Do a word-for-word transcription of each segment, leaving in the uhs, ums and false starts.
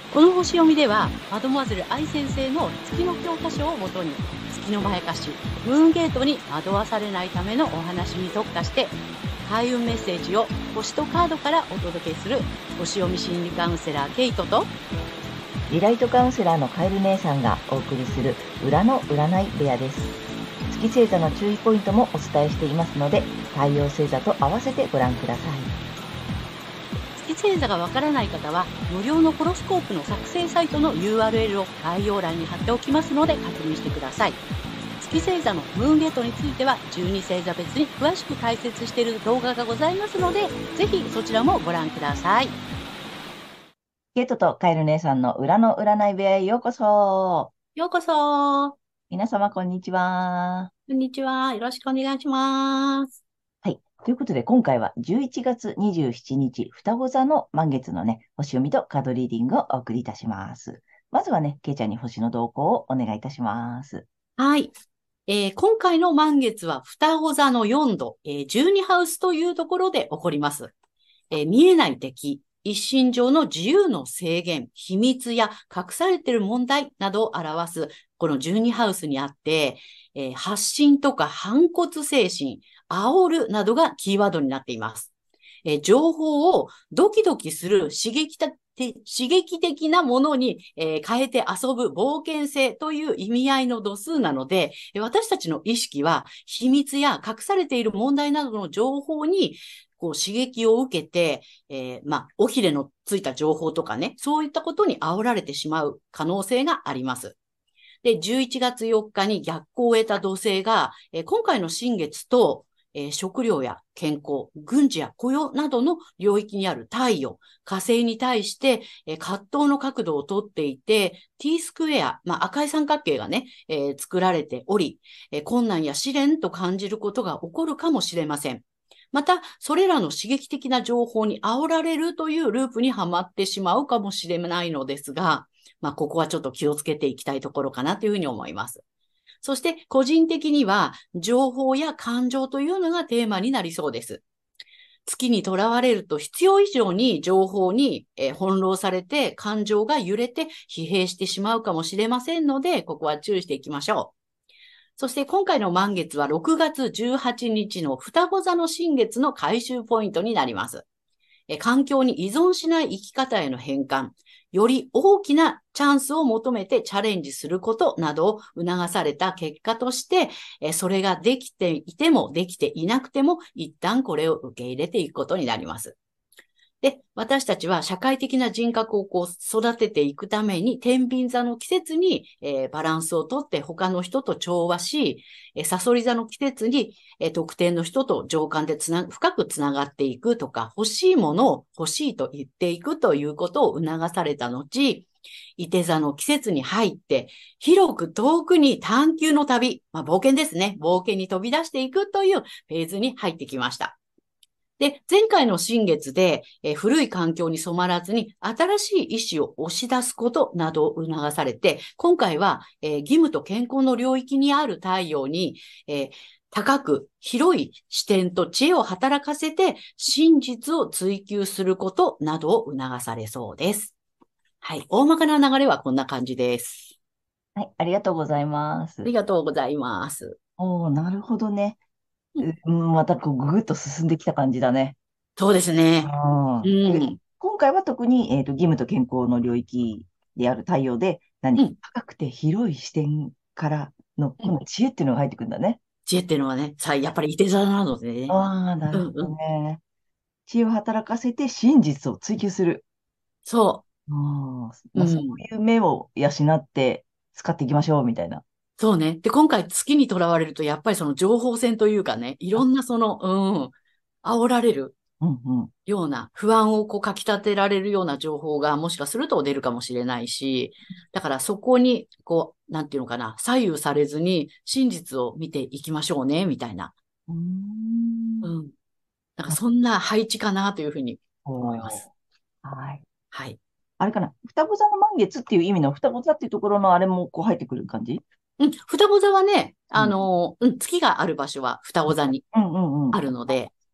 この星読みでは、マドモアゼル愛先生の月の教科書をもとに、月のまやかし、ムーンゲートに惑わされないためのお話に特化して、開運メッセージを星とカードからお届けする星読み心理カウンセラーケイトと、 リライトカウンセラーのカエル姉さんがお送りする裏の占い部屋です。月星座の注意ポイントもお伝えしていますので、太陽星座と合わせてご覧ください。 月星座がわからない方は、無料のホロスコープの作成サイトの ユーアールエル を概要欄に貼っておきますので確認してください。月星座のムーンゲートについては、じゅうに星座別に詳しく解説している動画がございますので、ぜひそちらもご覧ください。 ケイトとカエル姉さんの裏の占い部屋へようこそ。 ようこそ。 皆様こんにちは。 こんにちは。よろしくお願いします。 はい。ということで、今回はじゅういちがつにじゅうしちにち、双子座の満月のね、星読みとカードリーディングをお送りいたします。まずはね、ケイちゃんに星の動向をお願いいたします。 はい。えー今回の満月は双子座のよんど、えーじゅうにハウスというところで起こります。えー見えない敵、一身上の自由の制限、秘密や隠されている問題などを表す、このじゅうにハウスにあって、えー発信とか反骨精神、煽るなどがキーワードになっています。えー情報をドキドキする刺激的刺激的なものに、えー変えて遊ぶ冒険性という意味合いの度数なので、私たちの意識は秘密や隠されている問題などの情報にこう刺激を受けて、えー、まあ、尾ひれのついた情報とかね、そういったことに煽られてしまう可能性があります。で、じゅういちがつよっかに逆行を得た土星が、えー今回の新月と、えー食料や健康、軍事や雇用などの領域にある太陽、火星に対して、えー葛藤の角度をとっていて、T スクエア、まあ、赤い三角形がね、えー作られており、えー困難や試練と感じることが起こるかもしれません。また、それらの刺激的な情報に煽られるというループにはまってしまうかもしれないのですが、まあ、ここはちょっと気をつけていきたいところかなというふうに思います。そして、個人的には、情報や感情というのがテーマになりそうです。月にとらわれると必要以上に情報に、えー翻弄されて感情が揺れて疲弊してしまうかもしれませんので、ここは注意していきましょう。そして今回の満月はろくがつじゅうはちにちの双子座の新月の回収ポイントになります。え環境に依存しない生き方への変換、より大きなチャンスを求めてチャレンジすることなどを促された結果として、えそれができていてもできていなくても、一旦これを受け入れていくことになります。で、私たちは社会的な人格をこう育てていくために、天秤座の季節に、えーバランスをとって他の人と調和し、えー、サソリ座の季節に、えー特定の人と情感でつな、深くつながっていくとか、欲しいものを欲しいと言っていくということを促された後、伊手座の季節に入って、広く遠くに探求の旅、まあ、冒険ですね。冒険に飛び出していくというフェーズに入ってきました。で、前回の新月で、えー古い環境に染まらずに新しい意志を押し出すことなどを促されて、今回は、えー義務と健康の領域にある太陽に、えー高く広い視点と知恵を働かせて真実を追求することなどを促されそうです。はい。大まかな流れはこんな感じです。 はい、ありがとうございまありす。 がとうございます。 おー、なるほどね。 うん、 うん、またこうぐぐっと進んできた感じだね。 そうですね。ううん。で、 ん。 今回は特に、えっと、義務と健康の領域である太陽で、何うん。 高くて広い視点からの、 うん。 この知恵っていうのが入ってくるんだね。 知恵っていうのはね、さ、やっぱりいて座なのでね。 ああ、なるほどうんうん。 ね。知恵を働かせて真実を追求する。 そああ、 う。 まあ、そうん。 ういう目を養って使っていきましょう、みたいな。 そうね。で、今回月にとらわれると、やっぱりその情報戦というかね、いろんなその、うん、煽られるうんうん。 ような、不安をこうかき立てられるような情報がもしかすると出るかもしれないし、だからそこに、こう、なんていうのかな、左右されずに真実を見ていきましょうね、みたいな。 うーん。 うん。なんかなそんな配置かなというふうに思いまおー、 す。 はい。 はい。 あれかな。双子座の満月っていう意味の双子座っていうところのあれもこう入ってくる感じ？ うん、双子座はね、あうん。 の、うん、月がある場所は双子座にうんうんうん。 あるので、 そっか。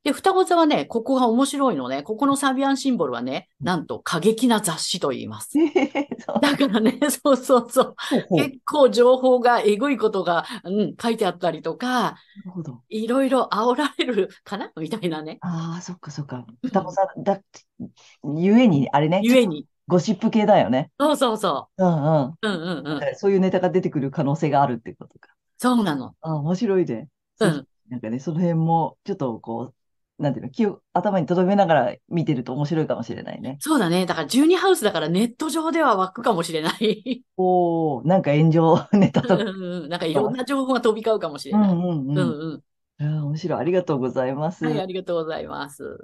で、双子座はね、ここが面白いのね。ここのサビアンシンボルはね、なんと過激な雑誌と言います。 そうだからね、そうそうそう。 ほうほう。 結構情報が、えぐいことが、うん、書いてあったりとか、 なるほど。 いろいろ煽られるかなみたいなね。 ああ、そっかそっか。双子うん。 さんだ、ゆえに、あれね、ちょっとゆえに。 ゴシップ系だよね。 そうそうそうんうん。なんう。うんうんうん。 かそういうネタが出てくる可能性があるってことか。 そうなの。 ああ、面白いね。ぜひ、 うん。 なんかね、その辺も、ちょっとこう、なんていうの、気を頭に留めながら見てると面白いかもしれないね。 そうだね。だからじゅうにハウスだからネット上では湧くかもしれない。 おお、なんか炎上ネタうんとか。 うんうん。なんかいろんな情報が飛び交うかもしれない。 うんうんうん。 うんうん。 ああ、面白い。ありがとうございまはい、 す。 ありがとうございます。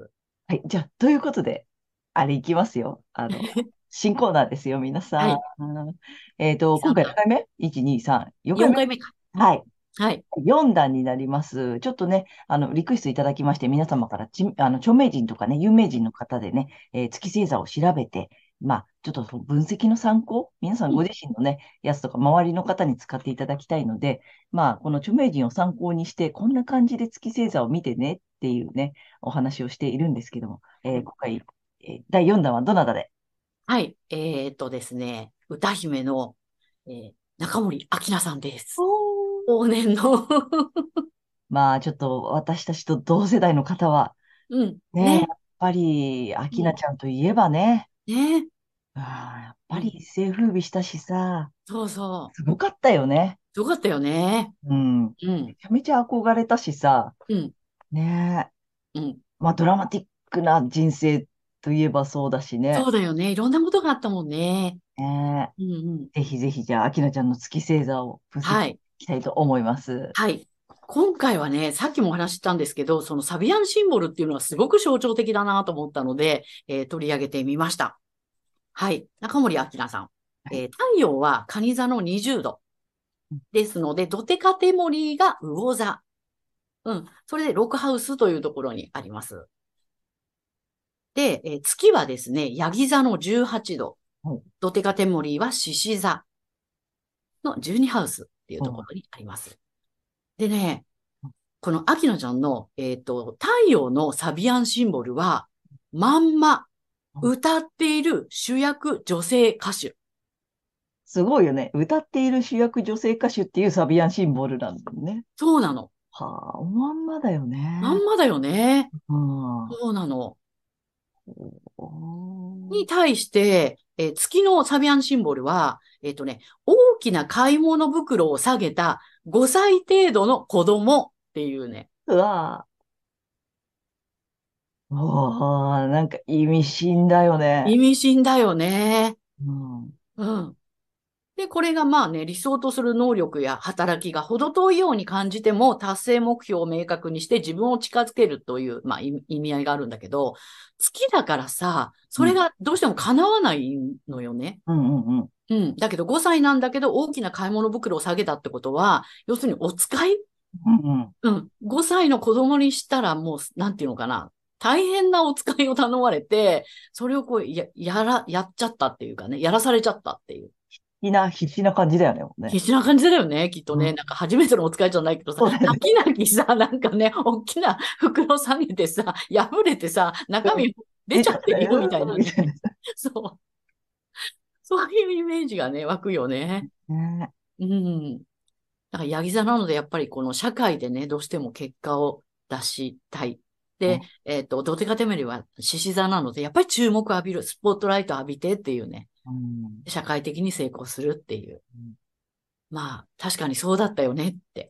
はい。じゃあ、ということで、あれいきますよ。あの、新コーナーですよ、皆さん。 はい。 えっと、今さんだん。 回何回目？ いち、に、さん、よんかい 4 め。 回目か。 はい。 はい。 よん段になります。ちょっとね、あの、リクエストいただきまして、皆様からち、あの、著名人とかね、有名人の方でね、えー月星座を調べて、まあ、ちょっとその分析の参考、皆さんうん。 ご自身のね、やつとか、周りの方に使っていただきたいので、まあ、この著名人を参考にして、こんな感じで月星座を見てねっていうね、お話をしているんですけども、えー今回、えーだいよん弾はどなたで？ はい。えーっとですね、歌姫の、えー中森明菜さんです。 おー。 往年のまあ、ちょっと私たちと同世代の方は、 うん。 ね、やね。 っぱり、 うん。 明菜ちゃんといえばね、 ね。 ああ、やっぱりうん。 一世風靡したしさ、 そうそう。 すごかったよね。 よかったよね。 うん。 うん。 めちゃめちゃ憧れたしさ、 うん。 ねえ。 うん。 まあ、ドラマティックな人生といえばそうだしね。 そうだよね。いろんなことがあったもんね。 ねうんうん。 え。ぜひぜひ、じゃあ、明菜ちゃんの月星座を分析していはい。 きたいと思います。 はい。今回はね、さっきもお話ししたんですけど、そのサビアンシンボルっていうのはすごく象徴的だなと思ったので、えー取り上げてみました。はい。中森明菜さん。 はい。 えー太陽は蟹座のにじゅうど。ですので、ドテカテモリーが魚座。うん。それでロクハウスというところにあります。で、えー月はですね、ヤギ座のじゅうはちど。 はい。 ドテカテモリーは獅子座のじゅうにハウスっていうところにあります。でね、この秋野ちゃんの、えっと、太陽のサビアンシンボルは、まんま歌っている主役女性歌手。 すごいよね。歌っている主役女性歌手っていうサビアンシンボルなんだよね。 そうなの。 はあ、おまんまだよね。 まんまだよね。 うん。おそうなの。にー。 対して、えー月のサビアンシンボルは、えっとね、大きな買い物袋を下げたごさい程度の子供っていうね、 うわぁ。おー、なんか意味深だよね。 意味深だよね。 うん。 うん。で、これがまあね、理想とする能力や働きが程遠いように感じても、達成目標を明確にして自分を近づけるという、まあ、意意味合いがあるんだけど、月だからさ、それうん。 がどうしても叶わないのよね。 うんうんうん。 うん。だけどごさいなんだけど、大きな買い物袋を下げたってことは、要するにお使い。 うんうん。 うん。ごさいの子供にしたらもう、なんていうのかな。大変なお使いを頼まれて、それをこう、や、やら、やっちゃったっていうかね、やらされちゃったっていう。 必死な、必死な感じだよね、もうね。 必死な感じだよね、きっとね。 うん。 なんか初めてのお使いじゃないけどさ、 そうだよね。 泣き泣きさ、なんかね、大きな袋下げてさ、破れてさ、中うん。 身出出ちゃってるよ、 ちゃったよ、 みたいなね。 みたいな。 そう。そういうイメージがね、湧くよね。 ね。 うん。だから、ヤギ座なので、やっぱりこの社会でね、どうしても結果を出したい。で、えっと、ドテカテメリは獅子座なので、やっぱり注目浴びる、スポットライト浴びてっていうね、 うん。 社会的に成功するっていう。まあ、確かにそうだったよねって。 うん。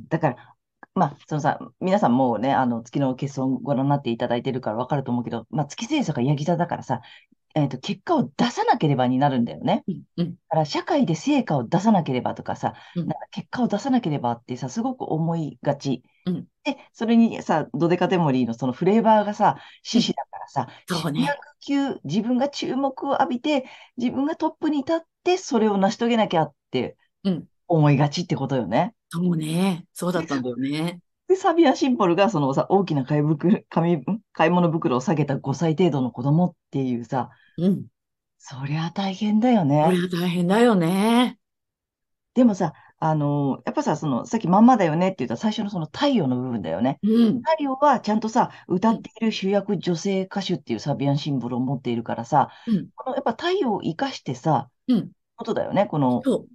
だから、まあ、そのさ、皆さんもうね、あの、月の欠損ご覧になっていただいてるからわかると思うけど、まあ、月星座がヤギ座だからさ、えっと、結果を出さなければになるんだよね。 うん、うん、 だから社会で成果を出さなければとかさ、 うん、 なんか結果を出さなければってさ、すごく思いがち。 うん、 で、それにさ、ドデカテモリーのそのフレーバーがさ、 うん。 獅子だからさ、主役そうね。 級、自分が注目を浴びて、自分がトップに立って、それを成し遂げなきゃってうん。 思いがちってことよね。 そうね。そうだで、 ったんだよね。 でサビアシンボルがそのさ、大きな買い袋、紙、ん買い物袋を下げたごさい程度の子供っていうさ、 うん。 そりゃ大変だよね。 これは大変だよね。 でもさ、 あの、やっぱさ、その、さっきまんまだよねって言った最初のその太陽の部分だよね。 うん。 太陽はちゃんとさ、歌うん。 っている主役女性歌手っていうサビアンシンボルを持っているからさ、 うん。 このやっぱ太陽を生かしてさ、 うん。 ことだよね、この、 そう。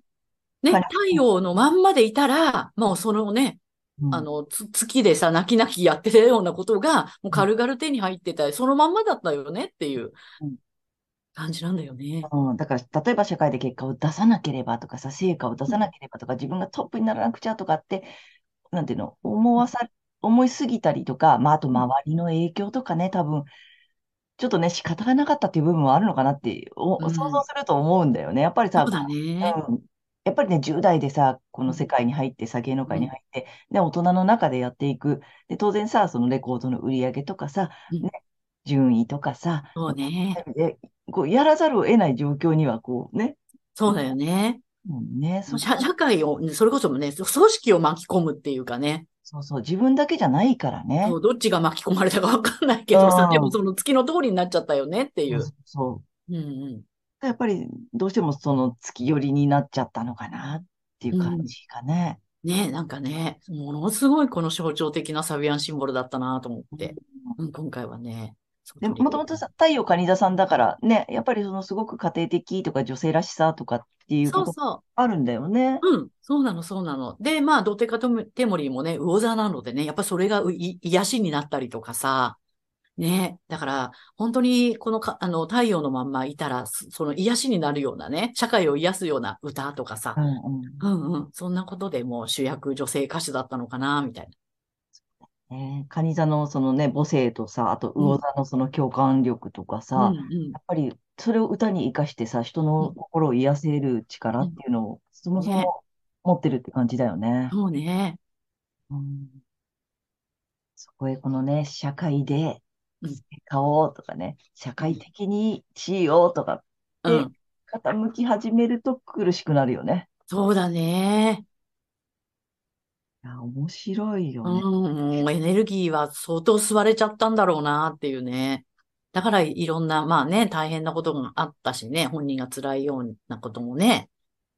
ね、 カニ、 太陽のまんまでいたら、もうそのね、 うん、 あの、つ、月でさ、泣き泣きやってたようなことが、もううん、 軽々手に入ってた、そのまんまだったよねっていううん。 感じなんだよね。 うん、だから、例えば社会で結果を出さなければとかさ、成果を出うん。 さなければとか、自分がトップにならなくちゃとかって、なんていうの、思わさ、思いすぎたりとか、まあ、あとうん。 周りの影響とかね、多分、ちょっとね、仕方がなかったっていう部分もあるのかなってお想像うん。 すると思うんだよね。やっぱりさ、 そうだね。 うん、やっぱりね、じゅう代でさ、こうん。 の世界に入ってさ、芸能うん。 界に入って、で、大人の中でやっていく。で、当然さ、そのレコードの売り上げとかさ、 うん。 ね、順位とかさ、 そうね。 で、こう、やらざるを得ない状況には、こうね、 そうだよね。 もうね、そ社、 こ、 社会を、それこそね、組織を巻き込むっていうかね。 そうそう、自分だけじゃないからね。 そう、どっちが巻き込まれたかわかんないうけどさ、でもん。 その月の通りになっちゃったよねっていう。 そうそうそううんやっぱりどうしてもその月寄りになっちゃったのかなっていううん。うん。 感じかね。 ね、なんかね、ものすごいこの象徴的なサビアンシンボルだったなと思っうん、 て。うん、今回はね、そうで、 取り入れて。 もともとさ、太陽蟹座さんだからね、やっぱりそのすごく家庭的とか女性らしさとかっていうことそうそあるんだよね。 う。うん、そうなの、そうなの。で、まあ、ドテカテモリーもね、魚座なのでね、やっぱそれがうい癒しになったりとかさ、ね。だから、本当に、このか、あの、太陽のまんまいたら、そその癒しになるようなね、社会を癒すような歌とかさ、 うんうん。 うんうん、そんなことでもう主役女性歌手だったのかな、みたいな。 ね、蟹座のそのね、母性とさ、あとうん、 魚座のその共感力とかうん、 さ、 うん、 やっぱりそれを歌に生かしてさ、人のうん、 心を癒せる力うん。 っていうのをそもそね。 も持ってるって感じだよね。 そうね。 うん、そこへこのね、社会でうん、 買おうとかね、社会うん、 的にしようとかってうん。 傾き始めると苦しくなるよね。 そうだね。 いや、面白いようね。 ん、もうエネルギーは相当吸われちゃったんだろうなっていうね。だからいろんな、まあね、大変なことがあったしね、本人が辛いようなこともね。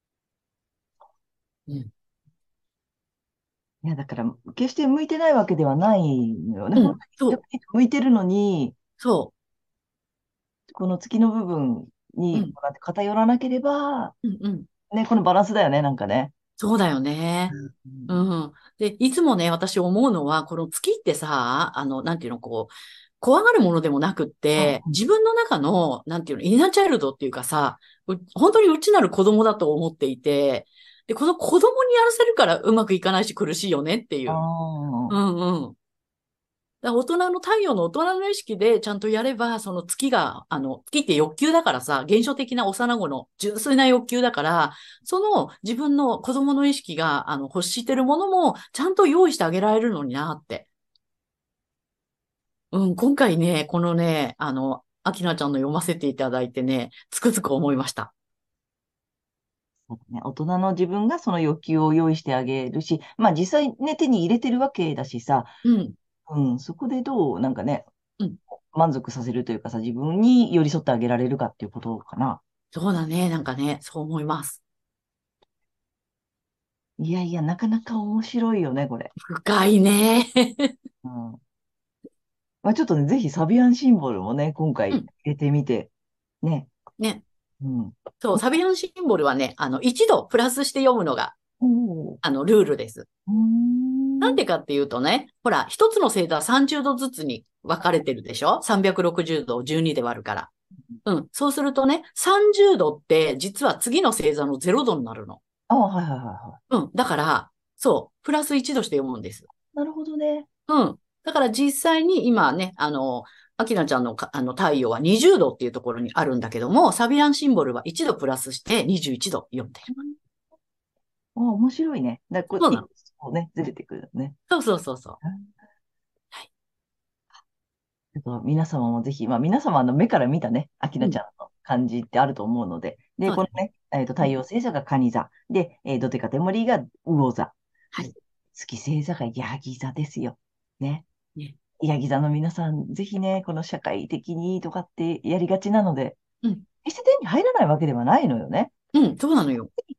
うん。 いや、だから、決して向いてないわけではないのよね。 うん、 本当にそう、 逆に向いてるのに、 そこの月の部分う。うにん、 こうやって偏らなければ、 うん、うん。 ね、このバランスだよね、なんかね。 そうだよね。 うん。 うん。で、いつもね、私思うのは、この月ってさ、あの、なんていうの、こう、怖がるものでもなくって、 うん自分の中の、なんていうの、インナーチャイルドっていうかさ、う本当に内なる子供だと思っていて、で、この子供にやらせるからうまくいかないし苦しいよねっていあう。うあ、 んうん。だから大人の太陽の大人の意識でちゃんとやれば、その月が、あの、月って欲求だからさ、現象的な幼子の純粋な欲求だから、その自分の子供の意識が、あの、欲してるものもちゃんと用意してあげられるのになって。うん、今回ね、このね、あの、アキナちゃんの読ませていただいてね、つくづく思いました。 そうだね。大人の自分がその欲求を用意してあげるし、まあ実際ね、手に入れてるわけだしさ、 うん、 うん、そこでどう、なんかね、 うん。 満足させるというかさ、自分に寄り添ってあげられるかっていうことかな。 そうだね、なんかね、そう思います。 いやいや、なかなか面白いよね、これ。 深いね。 うん。まあ、ちょっとね、ぜひサビアンシンボルもね、今回入うん、 れてみて、ね。 ね。 うん。 そう、サビアンシンボルはね、あの、一度プラスして読むのが、 おー。 あの、ルールです。 うーん。 なんでかっていうとね、ほら、一つの星座はさんじゅうどずつに分かれてるでしょ？ さんびゃくろくじゅう 度をじゅうにで割るから。うん。そうするとね、さんじゅうどって実は次の星座のゼロどになるの。 あ、はいはいはいはい。 うん。だから、そう、プラスいちどして読むんです。 なるほどね。 うん。だから実際に今ね、あの、アキナちゃんのかあの太陽はにじゅうどっていうところにあるんだけども、サビアンシンボルはいちどプラスしてにじゅういちど読んでる。 うん、あ、面白いね。だからこう、いそうなの。 こうね、ずれてくるね。 そうそうそうそう。 うん、ちょっと皆様もぜひ、まあ皆様の目から見たね、アキうん。 ナちゃんの感じってあると思うので、で、 そうだね。 このね、えっと、太うん。 陽星座が蟹座、で、えー、ドテカテモリーが魚座、ではい。 月星座がヤギ座ですよ。ね。 ね。 ヤギ座の皆さん、ぜひね、この社会的にとかってやりがちなので、 うん。 決して手に入らないわけではないのよね。 うん。そうなのよ。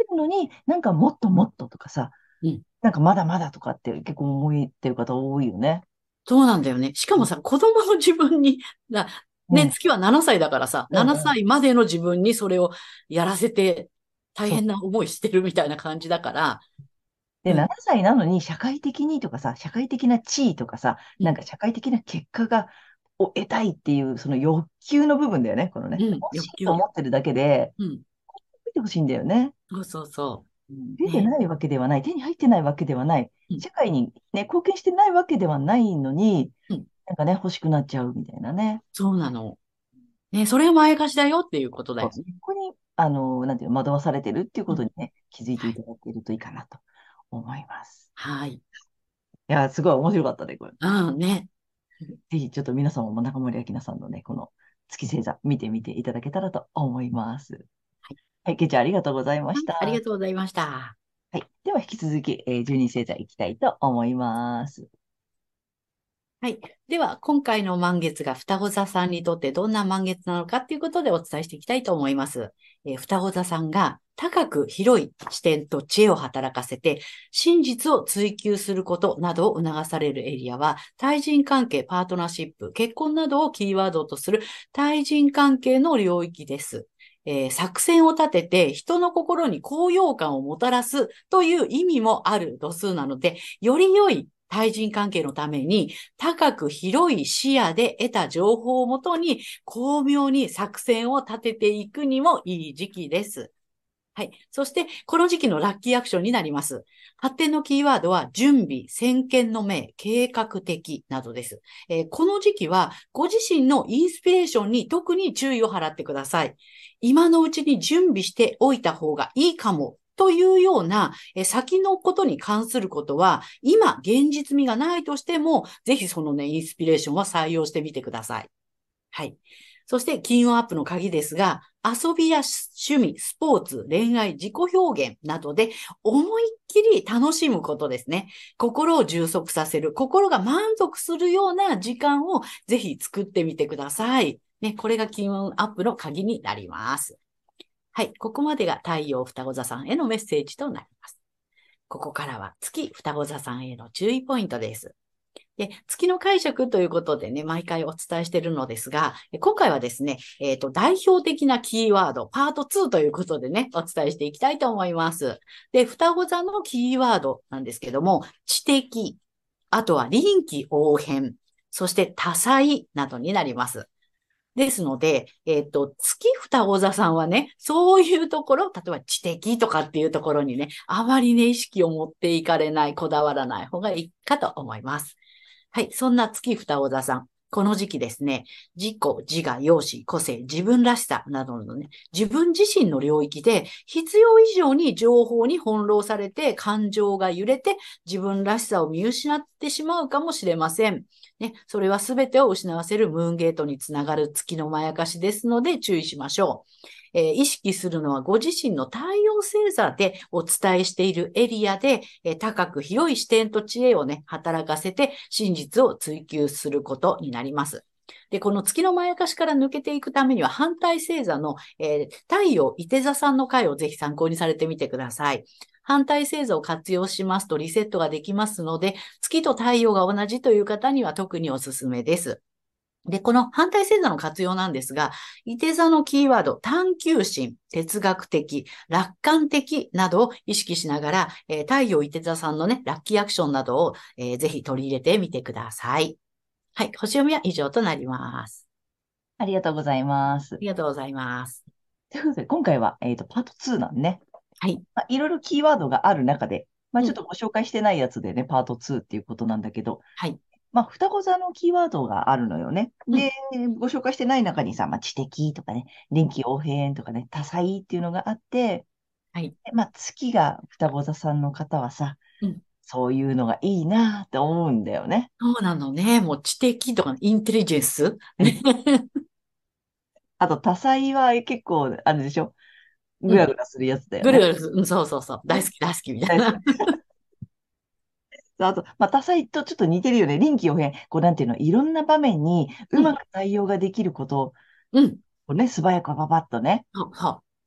るのに、なんかもっともっととかさ、 うん。 なんかまだまだとかって結構思ってる方多いよね。 そうなんだよね。しかうんもさ、子供の自分に、なね、 うん月はななさいだからさ、7 うんうん。 歳までの自分にそれをやらせて大そう。 変な思いしてるみたいな感じだから、 で、 うん、 ななさいなのに社会的にとかさ、社会的な地位とかさ、 うん、 なんか社会的な結果が、を得たいっていう、その欲求の部分だよね、このね。 うん、 欲しいと欲求。 思ってるだけで、 うん、 見てほしいんだよね。 そうそうそう。うんね。 出てないわけではない、手に入ってないわけではない、 うん、 社会にね、貢献してないわけではないのに、 うん、 なんかね、欲しくなっちゃうみたいなね。 そうなの。ね、それが前貸しだよっていうことだそう、 よね。 そこに、あの、なんていうの、惑わされてるっていううん、 ことにね、気づいてはい。 いただけるといいかなと思います。 はい。 いや、すごい面白かったね、これ。 うん、ね。 ぜひ、ちょっと皆様も中森明菜さんのね、この月星座見てみていただけたらと思います。 はい。 はい、けいちゃんありがとうございまはい、ありがした。 とうございました。 はい。では、引き続き、えー、じゅうに星座いきたいと思います。 はい。では、今回の満月が双子座さんにとってどんな満月なのかということでお伝えしていきたいと思います。えー双子座さんが高く広い視点と知恵を働かせて、真実を追求することなどを促されるエリアは、対人関係、パートナーシップ、結婚などをキーワードとする対人関係の領域です。えー作戦を立てて人の心に高揚感をもたらすという意味もある度数なので、より良い対人関係のために高く広い視野で得た情報をもとに巧妙に作戦を立てていくにもいい時期です。はい。そして、この時期のラッキーアクションになります。発展のキーワードは、準備、先見の明、計画的などです。えーこの時期は、ご自身のインスピレーションに特に注意を払ってください。今のうちに準備しておいた方がいいかも。というような、えー先のことに関することは、今、現実味がないとしても、ぜひそのね、インスピレーションは採用してみてください。はい。そして、金運アップの鍵ですが、遊びや趣味、スポーツ、恋愛、自己表現などで思いっきり楽しむことですね。心を充足させる、心が満足するような時間をぜひ作ってみてください。ね、これが金運アップの鍵になります。はい。ここまでが太陽双子座さんへのメッセージとなります。ここからは月双子座さんへの注意ポイントです。で、月の解釈ということでね、毎回お伝えしているのですが、今回はですね、えっと、代表的なキーワード、パートツーということでね、お伝えしていきたいと思います。で、双子座のキーワードなんですけども、知的、あとは臨機応変、そして多彩などになります。ですので、えっと、月双子座さんはね、そういうところ、例えば知的とかっていうところにね、あまりね、意識を持っていかれない、こだわらない方がいいかと思います。はい。そんな月双子座さん。この時期ですね、自己、自我、容姿、個性、自分らしさなどのね、自分自身の領域で必要以上に情報に翻弄されて感情が揺れて自分らしさを見失ってしまうかもしれません。ね、それは全てを失わせるムーンゲートにつながる月のまやかしですので注意しましょう。えー意識するのはご自身の太陽星座でお伝えしているエリアで、えー高く広い視点と知恵をね、働かせて真実を追求することになります。で、この月のまやかしから抜けていくためには反対星座の、えー太陽伊手座さんの回をぜひ参考にされてみてください。反対星座を活用しますとリセットができますので、月と太陽が同じという方には特におすすめです。で、この反対星座の活用なんですが、伊手座のキーワード、探求心、哲学的、楽観的などを意識しながら、えー太陽伊手座さんのね、ラッキーアクションなどを、えーぜひ取り入れてみてください。はい、星読みは以上となります。 ありがとうございます。 ありがとうございます。 ということで、今回は、えっと、パートツーなんでね。 はい。 まあ、いろいろキーワードがある中で、まあ、 うん。 ちょっとご紹介してないやつでね、パートツーっていうことなんだけど、 はい。 まあ、双子座のキーワードがあるのよね。 うん。 で、ご紹介してない中にさ、まあ、知的とかね、臨機応変とかね、多彩っていうのがあって、 はい。 でまあ、月が双子座さんの方はさ、 うん。 そういうのがいいなって思うんだよね。 そうなのね。もう知的とかインテリジェンスね。 うん。あと、多彩は結構、あれでしょ、 うん。 グラグラするやつだよね。 ぐるぐるする。うん、そうそうそう。大好き大好きみたい大好き。 な。 あと、まあ、多彩とちょっと似てるよね。臨機応変。こう、なんていうの、いろんな場面にうん。 うまく対応ができることうん。 をね、素早くパパッとね。 そうそう。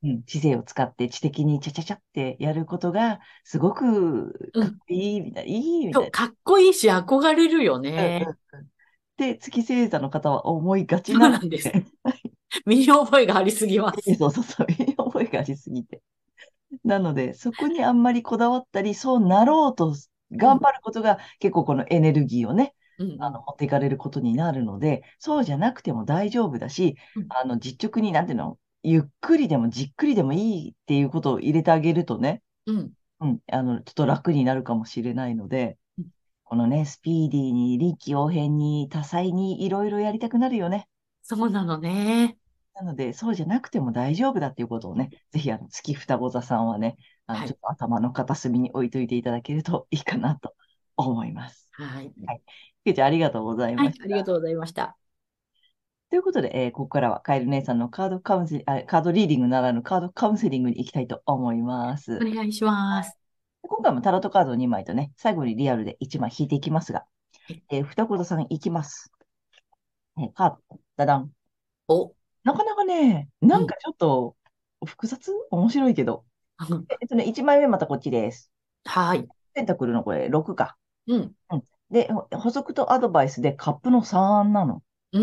うん、知性を使って知的にチャチャチャってやることが、すごくかっこうん。 いいみたいな、いいみそう、 たいかっこいいし、憧れるよな。うんうね。 んうん。で、月星座の方は思いがちそうなのなんです。 で、 身に覚えがありすぎます。 そうそうそう、思いがありすぎて。なので、そこにあんまりこだわったり、そうなろうとうん、 頑張ることが結構このエネルギーをね、 うん、うあの、 ん。 持っていかれることになるので、そうじゃなくても大丈夫だし、 うん、 あの、実直に、なんていうの、ゆっくりでもじっくりでもいいっていうことを入れてあげるとね、 うん。 うん、あの、ちょっと楽になるかもしれないので、このね、スピーディーに、臨機応変に、多彩にいろいろやりたくなるよね。 そうなのね。 なので、そうじゃなくても大丈夫だっていうことをね、ぜひ、あの、月双子座さんはね、あの、 はい。 ちょっと頭の片隅に置いといていただけるといいかなと思います。 はい。 はい。けいちゃん、ありがとうございはい。 ました。 ありがとうございました。 ということで、えーここからはカエル姉さんのカードカウンセリあ、カードリーディングならぬカードカウンセリングに行きたいと思います。 お願いします。 今回もタロットカードにまいとね、最後にリアルでいちまい引いていきますが、 はい。 えー、双子座さんいきます。えーカード、ダダン。 お、 なかなかね、なうん。 んかちょっと複雑面白いけど。えっとね、いちまいめまたこっちです。 はい。 ペンタクルのこれろくか。 うん。 うん。で、ほ補足とアドバイスでカップのさんなの。 うん。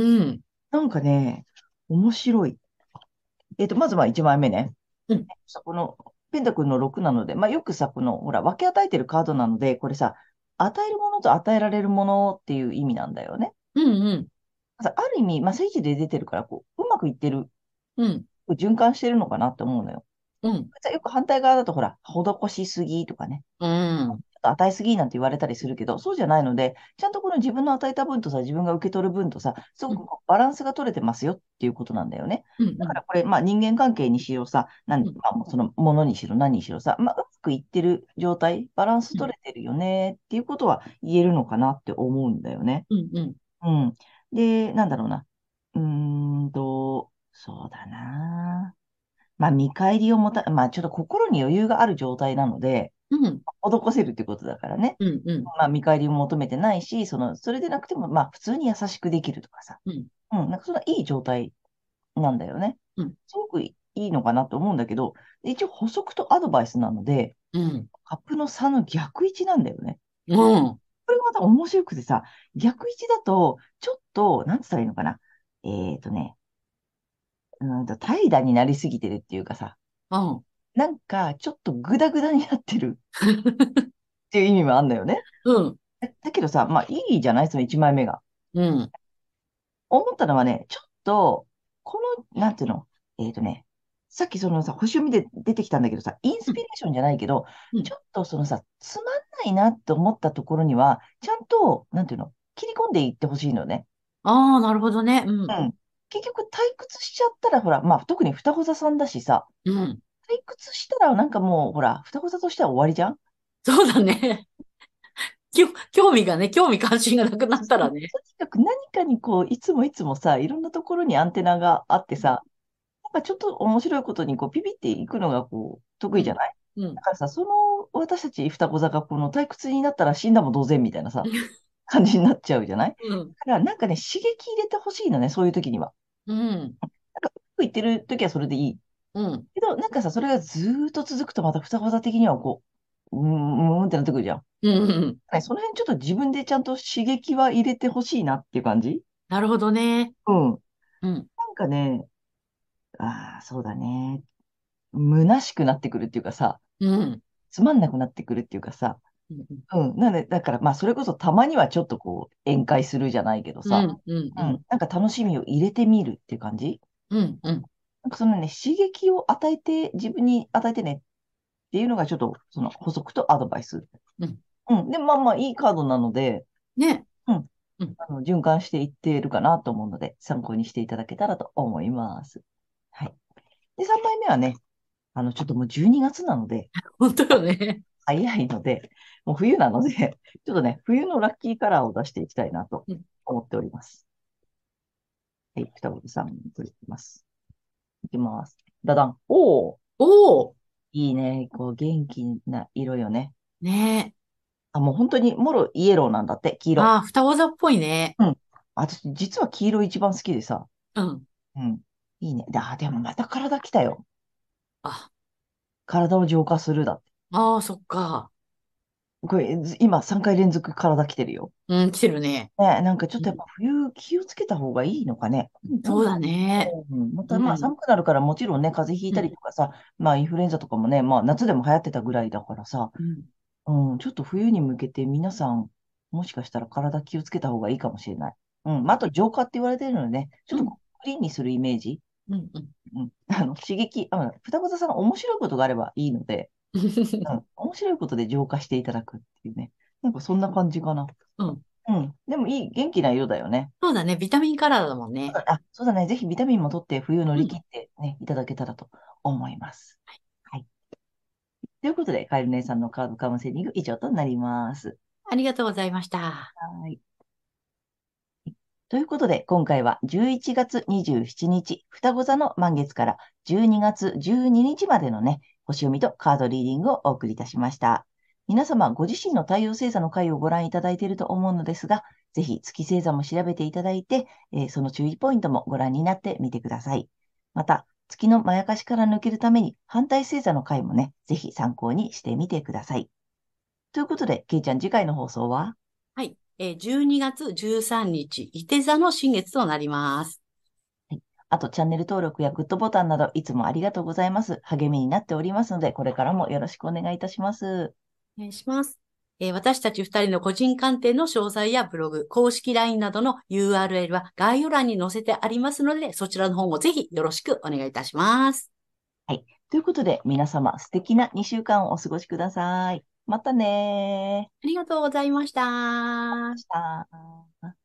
なんかね、面白い。えっと、まずはいちまいめね。 うん。 さこのペンタクルのろくなので、まあ、よくさ、この、ほら、分け与えてるカードなので、これさ、与えるものと与えられるものっていう意味なんだよね。 うん。うん。 さある意味、まあ、聖地で出てるから、こう、うまくいってる、 うん。 循環してるのかなって思うのよ。 うん。 よく反対側だと、ほら、施しすぎとかね。 うん。 ちょっと与えすぎなんて言われたりするけど、そうじゃないので、ちゃんとこの自分の与えた分とさ、自分が受け取る分とさ、すうん。 ごくこうバランスが取れてますよっていうことなんだよね。 うん。うん。 だからこれ、まあ人間関係にしろさ、なん、 うん。 まあ、もうそのものにしろ何にしろさ、まあうまくいってる状態、バランス取れてるよねっていうことは言えるのかなって思うんだよね。 うん。うん。 うん。で、なんだろうな。うーんと、そうだな。まあ見返りを持た、まあちょっと心に余裕がある状態なので、 うん。 施せるってことだからね。 うん。うん。 まあ、見返りを求めてないし、その、それでなくても、まあ、普通に優しくできるとかさ。 うん。 うん、なんかそんないい状態なんだよね。 うん。 すごくいいのかなと思うんだけど、一応補足とアドバイスなので、 うん。 カップのさの逆位置なんだよね。 うん。 これがまた面白くてさ、逆位置だと、ちょっと、なんつったらいいのかな。えっとね、うんと、怠惰になりすぎてるっていうかさ、 うん。 なんか、ちょっとグダグダになってるっていう意味もあるんだよね。 うん。 だだけどさ、まあ、いいじゃないそのいちまいめが。 うん。 思ったのはね、ちょっと、この、なんていうの、えっとね、さっきそのさ、星読みで出てきたんだけどさ、インスピレーションじゃないけど、 うん。 ちょっとそのさ、つまんないなって思ったところには、ちゃんと、なんていうの、切り込んでいってほしいのね。 ああ、なるほどね。うん。 うん。結局退屈しちゃったら、ほら、まあ、特に双子座さんだしさ、 うん。 退屈したらなんかもう、ほら、双子座としては終わりじゃん。 そうだね。きょ、興味がね、興味関心がなくなったらね。 とにかく何かにこう、いつもいつもさ、いろんなところにアンテナがあってさ、なんかちょっと面白いことにこうピピっていくのがこう得うん。 意じゃない。 うん。 だからさ、その私たち双子座がこの退屈になったら死んだも同然みたいなさ、感じになっちゃうじゃない。 うん。 だからなんかね、刺激入れてほしいのね、そういう時には。 うん。 なんか、うまくいってる時はそれでいい。 うん。 けど、なんかさ、それがずーっと続くとまた双子座的にはこう、うーん、うーんってなってくるじゃん。 うん。 ねその辺ちょっと自分でちゃんと刺激は入れてほしいなっていう感じ。 なるほどね。 うん。 うん。 なんかね、ああ、そうだね。虚しくなってくるっていうかさ、 うん。 つまんなくなってくるっていうかさ、 うん。 うん。なんで、だから、まあ、それこそたまにはちょっとこう、宴会するじゃないけどさ、 うん。うん。ううん。 ん。 なんか楽しみを入れてみるっていう感じ。 うん。うん。 なんかそのね、刺激を与えて、自分に与えてねっていうのがちょっと、その補足とアドバイス。 うん。 うん。で、まあまあ、いいカードなので、 ね。 うん。 うん。 あの、循環していっているかなと思うので、参考にしていただけたらと思います。はい。で、さんまいめはね、あの、ちょっともうじゅうにがつなので、 本当よね。 早いので、もう冬なので、ちょっとね、冬のラッキーカラーを出していきたいなとうん。 思っております。はい、双子さん、取ります。いきます。ダダン。おー、 おお。 いいね。こう、元気な色よね。 ね。 あ、もう本当に、もろイエローなんだって、黄色。 ああ、双子座っぽいね。 うん。私、実は黄色一番好きでさ。 うん。 うん。いいね。であ、でもまた体来たよ。 あ、 体を浄化するだって。 ああ、そっか。 これ、ず今さんかい連続体来てるよ。 うん、来てるね。 ね、なんかちょっうん、 とやっぱ冬気をつけた方がいいのかね。うんどうだそうだね。 ろう。うん、またまあうん、 寒くなるからもちろんね、風邪ひいたりうん、 とかさ、まあインフルエンザとかもね、まあ夏でも流行ってたぐらいだからさ、 うん、 うん、ちょっと冬に向けて皆さん、もしかしたら体気をつけた方がいいかもしれない。うん、まあ、あと浄化って言われてるのでね、ちょっとうん、 こうクリーンにするイメージ。 うん、うん。 うん、あの、刺激、あ、双子座さん面白いことがあればいいので、うん、面白いことで浄化していただくっていうね。なんかそんな感じかな。 うん。 うん。でもいい、元気な色だよね。 そうだね。ビタミンカラーだもんね。 あ、そうだね。ぜひビタミンも取って冬乗うん。 り切ってね、いただけたらと思います。はい。ということで、カエル姉さんのカードカウンセリング以上となります。 ありがとうございました。 はい。ということで、今回はじゅういちがつにじゅうしちにち、双子座の満月からじゅうにがつじゅうににちまでのね、星読みとカードリーディングをお送りいたしました。皆様、ご自身の太陽星座の回をご覧いただいていると思うのですが、ぜひ月星座も調べていただいて、えーその注意ポイントもご覧になってみてください。また、月のまやかしから抜けるために、反対星座の回もね、ぜひ参考にしてみてください。ということで、けいちゃん、次回の放送ははい。えー、じゅうにがつじゅうさんにち、いて座の新月となります。 はい。あと、チャンネル登録やグッドボタンなど、いつもありがとうございます。励みになっておりますので、これからもよろしくお願いいたします。 お願いします。えー私たちふたりの個人鑑定の詳細やブログ、公式 ライン などの ユーアールエル は概要欄に載せてありますので、そちらの方もぜひよろしくお願いいたします。 はい。ということで、皆様、素敵なにしゅうかんをお過ごしください。またねありがとうございました。 ー。した